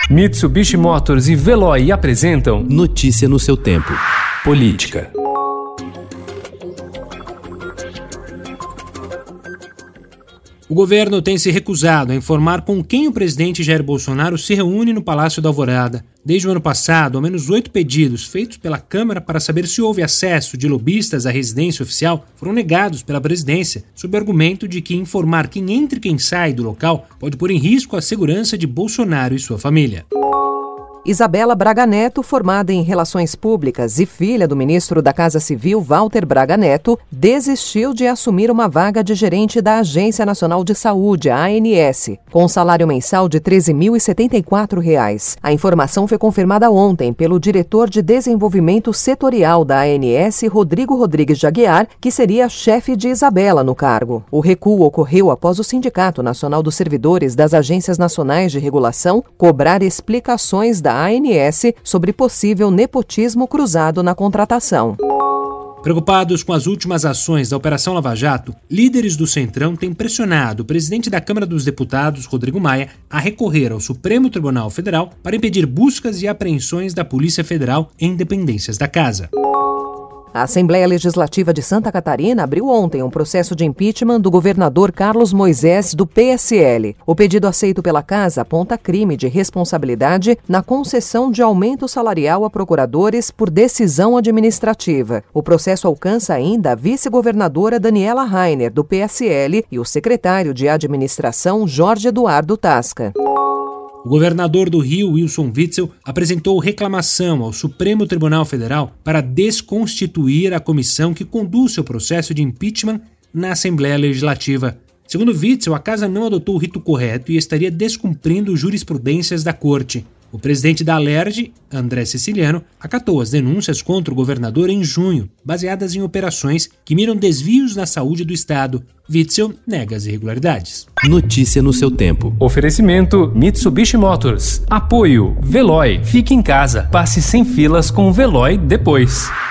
Mitsubishi Motors e Veloy apresentam Notícia no seu tempo. Política. O governo tem se recusado a informar com quem o presidente Jair Bolsonaro se reúne no Palácio da Alvorada. Desde o ano passado, ao menos 8 pedidos feitos pela Câmara para saber se houve acesso de lobistas à residência oficial foram negados pela presidência, sob o argumento de que informar quem entra e quem sai do local pode pôr em risco a segurança de Bolsonaro e sua família. Isabela Braga Neto, formada em Relações Públicas e filha do ministro da Casa Civil, Walter Braga Neto, desistiu de assumir uma vaga de gerente da Agência Nacional de Saúde, a ANS, com salário mensal de R$ 13.074. A informação foi confirmada ontem pelo diretor de Desenvolvimento Setorial da ANS, Rodrigo Rodrigues de Aguiar, que seria chefe de Isabela no cargo. O recuo ocorreu após o Sindicato Nacional dos Servidores das Agências Nacionais de Regulação cobrar explicações da ANS sobre possível nepotismo cruzado na contratação. Preocupados com as últimas ações da Operação Lava Jato, líderes do Centrão têm pressionado o presidente da Câmara dos Deputados, Rodrigo Maia, a recorrer ao Supremo Tribunal Federal para impedir buscas e apreensões da Polícia Federal em dependências da casa. A Assembleia Legislativa de Santa Catarina abriu ontem um processo de impeachment do governador Carlos Moisés, do PSL. O pedido aceito pela Casa aponta crime de responsabilidade na concessão de aumento salarial a procuradores por decisão administrativa. O processo alcança ainda a vice-governadora Daniela Rainer, do PSL, e o secretário de Administração, Jorge Eduardo Tasca. O governador do Rio, Wilson Witzel, apresentou reclamação ao Supremo Tribunal Federal para desconstituir a comissão que conduz seu processo de impeachment na Assembleia Legislativa. Segundo Witzel, a casa não adotou o rito correto e estaria descumprindo jurisprudências da Corte. O presidente da Alerj, André Siciliano, acatou as denúncias contra o governador em junho, baseadas em operações que miram desvios na saúde do Estado. Witzel nega as irregularidades. Notícia no seu tempo. Oferecimento Mitsubishi Motors. Apoio Veloy. Fique em casa. Passe sem filas com o Veloy depois.